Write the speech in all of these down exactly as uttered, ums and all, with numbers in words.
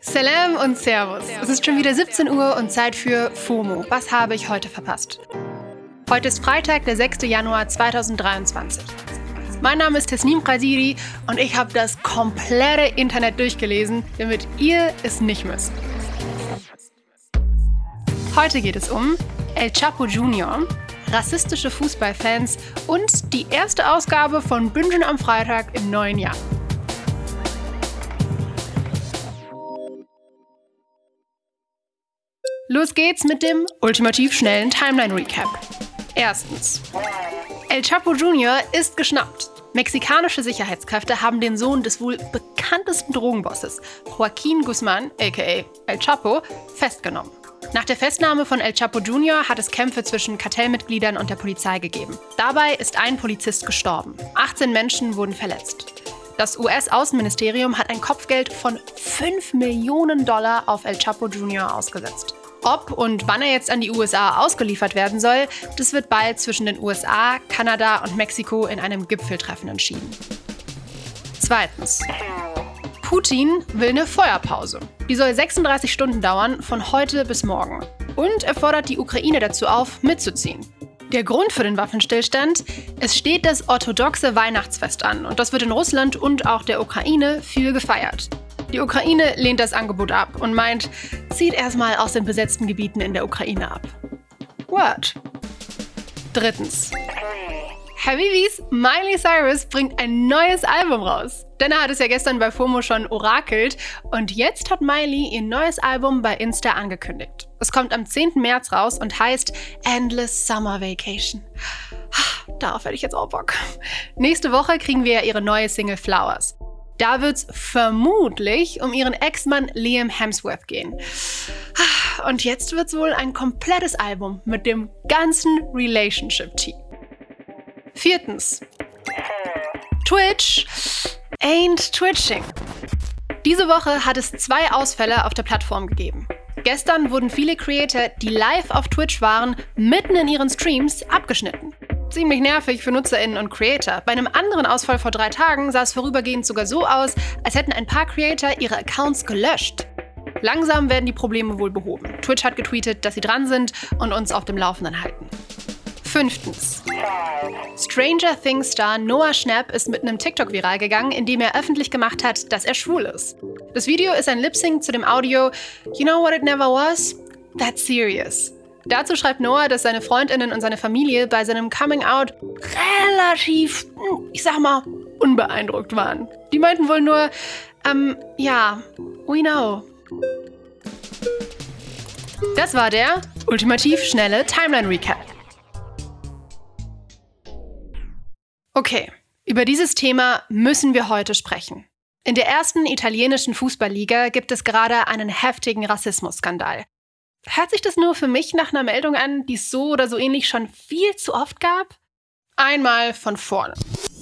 Salam und Servus. Es ist schon wieder siebzehn Uhr und Zeit für FOMO. Was habe ich heute verpasst? Heute ist Freitag, der sechster Januar zweitausenddreiundzwanzig. Mein Name ist Tasnim Qasiri und ich habe das komplette Internet durchgelesen, damit ihr es nicht müsst. Heute geht es um El Chapo Junior, rassistische Fußballfans und die erste Ausgabe von Bingen am Freitag im neuen Jahr. Los geht's mit dem ultimativ schnellen Timeline-Recap. Erstens. El Chapo Junior ist geschnappt. Mexikanische Sicherheitskräfte haben den Sohn des wohl bekanntesten Drogenbosses, Joaquin Guzman, aka El Chapo, festgenommen. Nach der Festnahme von El Chapo Junior hat es Kämpfe zwischen Kartellmitgliedern und der Polizei gegeben. Dabei ist ein Polizist gestorben. achtzehn Menschen wurden verletzt. Das U S-Außenministerium hat ein Kopfgeld von fünf Millionen Dollar auf El Chapo Junior ausgesetzt. Ob und wann er jetzt an die U S A ausgeliefert werden soll, das wird bald zwischen den U S A, Kanada und Mexiko in einem Gipfeltreffen entschieden. Zweitens. Putin will eine Feuerpause. Die soll sechsunddreißig Stunden dauern, von heute bis morgen. Und er fordert die Ukraine dazu auf, mitzuziehen. Der Grund für den Waffenstillstand? Es steht das orthodoxe Weihnachtsfest an und das wird in Russland und auch der Ukraine viel gefeiert. Die Ukraine lehnt das Angebot ab und meint, zieht erstmal aus den besetzten Gebieten in der Ukraine ab. What? Drittens. Habibis Miley Cyrus bringt ein neues Album raus. Dana hat es ja gestern bei FOMO schon orakelt und jetzt hat Miley ihr neues Album bei Insta angekündigt. Es kommt am zehnten März raus und heißt Endless Summer Vacation. Darauf hätte ich jetzt auch Bock. Nächste Woche kriegen wir ja ihre neue Single Flowers. Da wird's vermutlich um ihren Ex-Mann Liam Hemsworth gehen. Und jetzt wird's wohl ein komplettes Album mit dem ganzen Relationship-Team. Viertens. Twitch ain't twitching. Diese Woche hat es zwei Ausfälle auf der Plattform gegeben. Gestern wurden viele Creator, die live auf Twitch waren, mitten in ihren Streams abgeschnitten. Ziemlich nervig für NutzerInnen und Creator. Bei einem anderen Ausfall vor drei Tagen sah es vorübergehend sogar so aus, als hätten ein paar Creator ihre Accounts gelöscht. Langsam werden die Probleme wohl behoben. Twitch hat getweetet, dass sie dran sind und uns auf dem Laufenden halten. Fünftens. Stranger Things Star Noah Schnapp ist mit einem TikTok viral gegangen, in dem er öffentlich gemacht hat, dass er schwul ist. Das Video ist ein Lip-Sync zu dem Audio You know what it never was? That's serious. Dazu schreibt Noah, dass seine FreundInnen und seine Familie bei seinem Coming-out relativ, ich sag mal, unbeeindruckt waren. Die meinten wohl nur, ähm, ja, we know. Das war der ultimativ schnelle Timeline-Recap. Okay, über dieses Thema müssen wir heute sprechen. In der ersten italienischen Fußballliga gibt es gerade einen heftigen Rassismusskandal. Hört sich das nur für mich nach einer Meldung an, die es so oder so ähnlich schon viel zu oft gab? Einmal von vorne.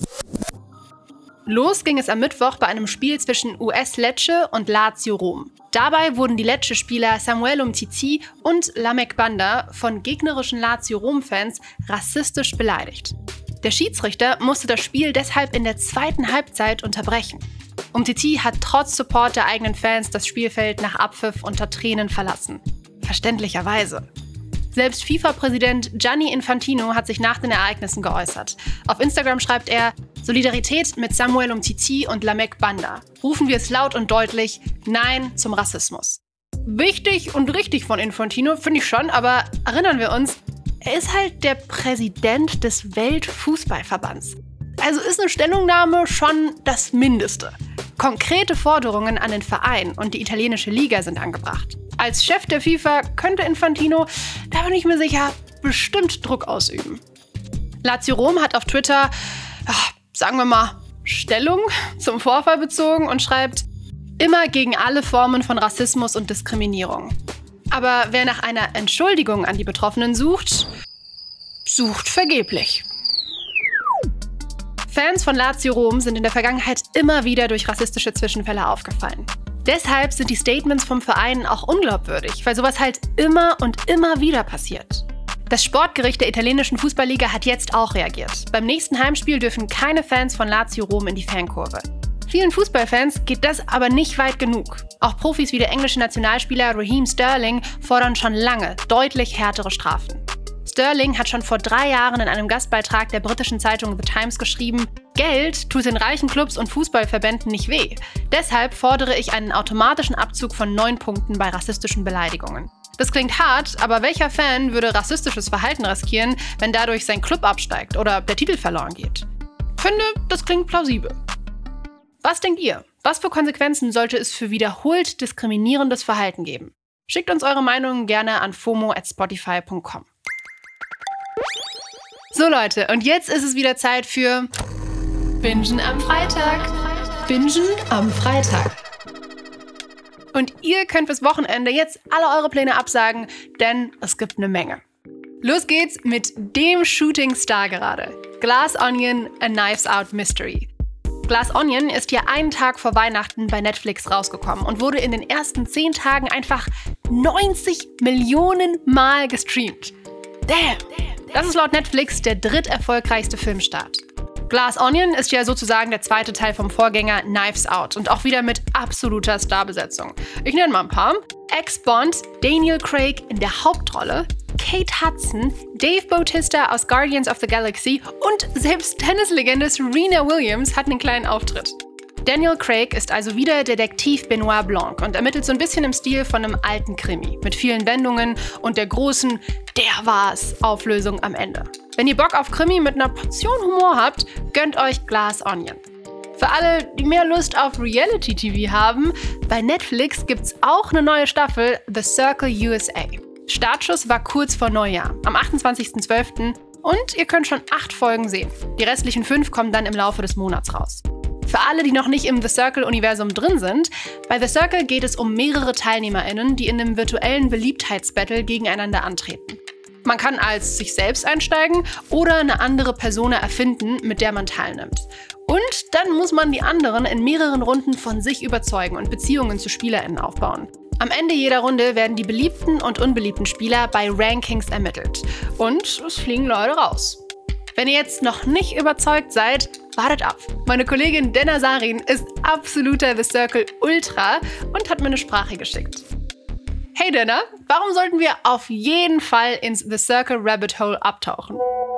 Los ging es am Mittwoch bei einem Spiel zwischen U S Lecce und Lazio Rom. Dabei wurden die Lecce-Spieler Samuel Umtiti und Lamek Banda von gegnerischen Lazio Rom-Fans rassistisch beleidigt. Der Schiedsrichter musste das Spiel deshalb in der zweiten Halbzeit unterbrechen. Umtiti hat trotz Support der eigenen Fans das Spielfeld nach Abpfiff unter Tränen verlassen. Verständlicherweise. Selbst FIFA-Präsident Gianni Infantino hat sich nach den Ereignissen geäußert. Auf Instagram schreibt er, Solidarität mit Samuel Umtiti und Lamek Banda. Rufen wir es laut und deutlich, Nein zum Rassismus. Wichtig und richtig von Infantino, finde ich schon, aber erinnern wir uns, er ist halt der Präsident des Weltfußballverbands. Also ist eine Stellungnahme schon das Mindeste. Konkrete Forderungen an den Verein und die italienische Liga sind angebracht. Als Chef der FIFA könnte Infantino, da bin ich mir sicher, bestimmt Druck ausüben. Lazio Rom hat auf Twitter, ach, sagen wir mal, Stellung zum Vorfall bezogen und schreibt, immer gegen alle Formen von Rassismus und Diskriminierung. Aber wer nach einer Entschuldigung an die Betroffenen sucht, sucht vergeblich. Fans von Lazio Rom sind in der Vergangenheit immer wieder durch rassistische Zwischenfälle aufgefallen. Deshalb sind die Statements vom Verein auch unglaubwürdig, weil sowas halt immer und immer wieder passiert. Das Sportgericht der italienischen Fußballliga hat jetzt auch reagiert. Beim nächsten Heimspiel dürfen keine Fans von Lazio Rom in die Fankurve. Vielen Fußballfans geht das aber nicht weit genug. Auch Profis wie der englische Nationalspieler Raheem Sterling fordern schon lange deutlich härtere Strafen. Sterling hat schon vor drei Jahren in einem Gastbeitrag der britischen Zeitung The Times geschrieben, Geld tut den reichen Clubs und Fußballverbänden nicht weh. Deshalb fordere ich einen automatischen Abzug von neun Punkten bei rassistischen Beleidigungen. Das klingt hart, aber welcher Fan würde rassistisches Verhalten riskieren, wenn dadurch sein Club absteigt oder der Titel verloren geht? Ich finde, das klingt plausibel. Was denkt ihr? Was für Konsequenzen sollte es für wiederholt diskriminierendes Verhalten geben? Schickt uns eure Meinungen gerne an fomo at spotify punkt com. So Leute, und jetzt ist es wieder Zeit für Bingen am Freitag. Bingen am Freitag. Und ihr könnt fürs Wochenende jetzt alle eure Pläne absagen, denn es gibt eine Menge. Los geht's mit dem Shooting Star gerade. Glass Onion, A Knives Out Mystery. Glass Onion ist ja einen Tag vor Weihnachten bei Netflix rausgekommen und wurde in den ersten zehn Tagen einfach neunzig Millionen Mal gestreamt. Damn! Das ist laut Netflix der dritterfolgreichste Filmstart. Glass Onion ist ja sozusagen der zweite Teil vom Vorgänger Knives Out und auch wieder mit absoluter Starbesetzung. Ich nenne mal ein paar. Ex-Bond Daniel Craig in der Hauptrolle, Kate Hudson, Dave Bautista aus Guardians of the Galaxy und selbst Tennislegende Serena Williams hat einen kleinen Auftritt. Daniel Craig ist also wieder Detektiv Benoit Blanc und ermittelt so ein bisschen im Stil von einem alten Krimi, mit vielen Wendungen und der großen Der war's Auflösung am Ende. Wenn ihr Bock auf Krimi mit einer Portion Humor habt, gönnt euch Glass Onion. Für alle, die mehr Lust auf Reality-T V haben, bei Netflix gibt's auch eine neue Staffel The Circle U S A. Startschuss war kurz vor Neujahr, am achtundzwanzigsten zwölften und ihr könnt schon acht Folgen sehen. Die restlichen fünf kommen dann im Laufe des Monats raus. Für alle, die noch nicht im The Circle-Universum drin sind, bei The Circle geht es um mehrere TeilnehmerInnen, die in einem virtuellen Beliebtheitsbattle gegeneinander antreten. Man kann als sich selbst einsteigen oder eine andere Persona erfinden, mit der man teilnimmt. Und dann muss man die anderen in mehreren Runden von sich überzeugen und Beziehungen zu SpielerInnen aufbauen. Am Ende jeder Runde werden die beliebten und unbeliebten Spieler bei Rankings ermittelt. Und es fliegen Leute raus. Wenn ihr jetzt noch nicht überzeugt seid, wartet ab. Meine Kollegin Denna Sarin ist absoluter The Circle Ultra und hat mir eine Sprache geschickt. Hey Denna, warum sollten wir auf jeden Fall ins The Circle Rabbit Hole abtauchen?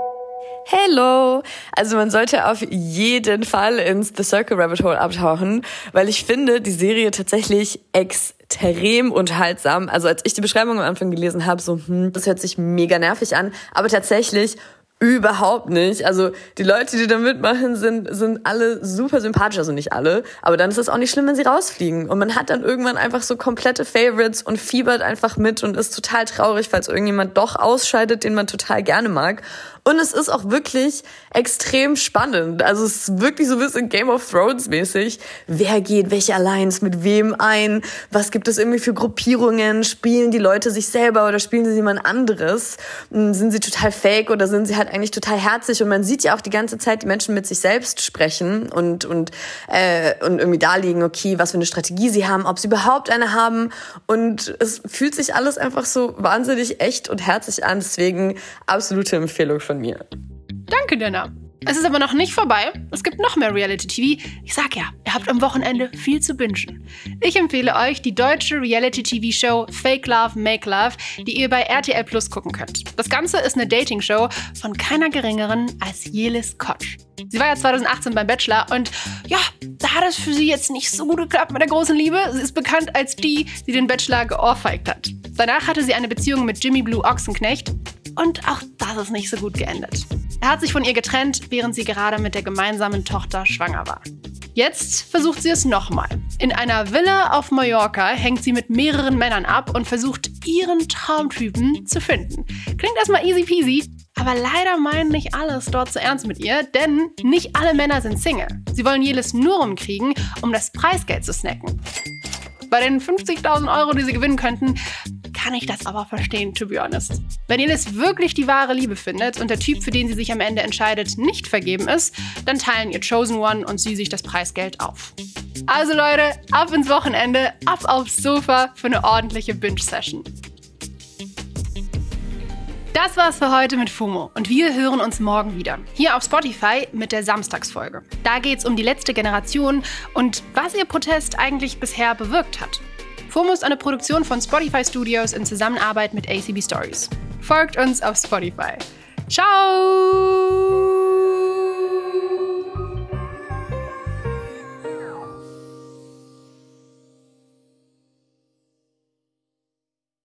Hello! Also man sollte auf jeden Fall ins The Circle Rabbit Hole abtauchen, weil ich finde die Serie tatsächlich extrem unterhaltsam. Also als ich die Beschreibung am Anfang gelesen habe, so, hm, das hört sich mega nervig an, aber tatsächlich überhaupt nicht. Also die Leute, die da mitmachen, sind sind alle super sympathisch. Also nicht alle, aber dann ist es auch nicht schlimm, wenn sie rausfliegen. Und man hat dann irgendwann einfach so komplette Favorites und fiebert einfach mit und ist total traurig, falls irgendjemand doch ausscheidet, den man total gerne mag. Und es ist auch wirklich extrem spannend. Also es ist wirklich so ein bisschen Game of Thrones mäßig. Wer geht welche Alliance mit wem ein? Was gibt es irgendwie für Gruppierungen? Spielen die Leute sich selber oder spielen sie jemand anderes? Sind sie total fake oder sind sie halt eigentlich total herzig? Und man sieht ja auch die ganze Zeit die Menschen mit sich selbst sprechen und und äh, und irgendwie darlegen, okay, was für eine Strategie sie haben, ob sie überhaupt eine haben. Und es fühlt sich alles einfach so wahnsinnig echt und herzig an. Deswegen absolute Empfehlung von mir. Danke, Denna. Es ist aber noch nicht vorbei. Es gibt noch mehr Reality-T V. Ich sag ja, ihr habt am Wochenende viel zu bingen. Ich empfehle euch die deutsche Reality-T V-Show Fake Love, Make Love, die ihr bei R T L Plus gucken könnt. Das Ganze ist eine Dating-Show von keiner geringeren als Jelis Kotsch. Sie war ja zweitausendachtzehn beim Bachelor und ja, da hat es für sie jetzt nicht so gut geklappt mit der großen Liebe. Sie ist bekannt als die, die den Bachelor geohrfeigt hat. Danach hatte sie eine Beziehung mit Jimmy Blue Ochsenknecht und auch das ist nicht so gut geendet. Er hat sich von ihr getrennt, während sie gerade mit der gemeinsamen Tochter schwanger war. Jetzt versucht sie es nochmal. In einer Villa auf Mallorca hängt sie mit mehreren Männern ab und versucht, ihren Traumtypen zu finden. Klingt erstmal easy peasy, aber leider meinen nicht alle es dort so ernst mit ihr, denn nicht alle Männer sind Single. Sie wollen Jelis nur rumkriegen, um das Preisgeld zu snacken. Bei den fünfzigtausend Euro, die sie gewinnen könnten, kann ich das aber verstehen, to be honest. Wenn Jelis wirklich die wahre Liebe findet und der Typ, für den sie sich am Ende entscheidet, nicht vergeben ist, dann teilen ihr Chosen One und sie sich das Preisgeld auf. Also Leute, ab ins Wochenende, ab aufs Sofa für eine ordentliche Binge-Session. Das war's für heute mit FOMO und wir hören uns morgen wieder. Hier auf Spotify mit der Samstagsfolge. Da geht's um die letzte Generation und was ihr Protest eigentlich bisher bewirkt hat. FOMO ist eine Produktion von Spotify Studios in Zusammenarbeit mit A C B Stories. Folgt uns auf Spotify. Ciao!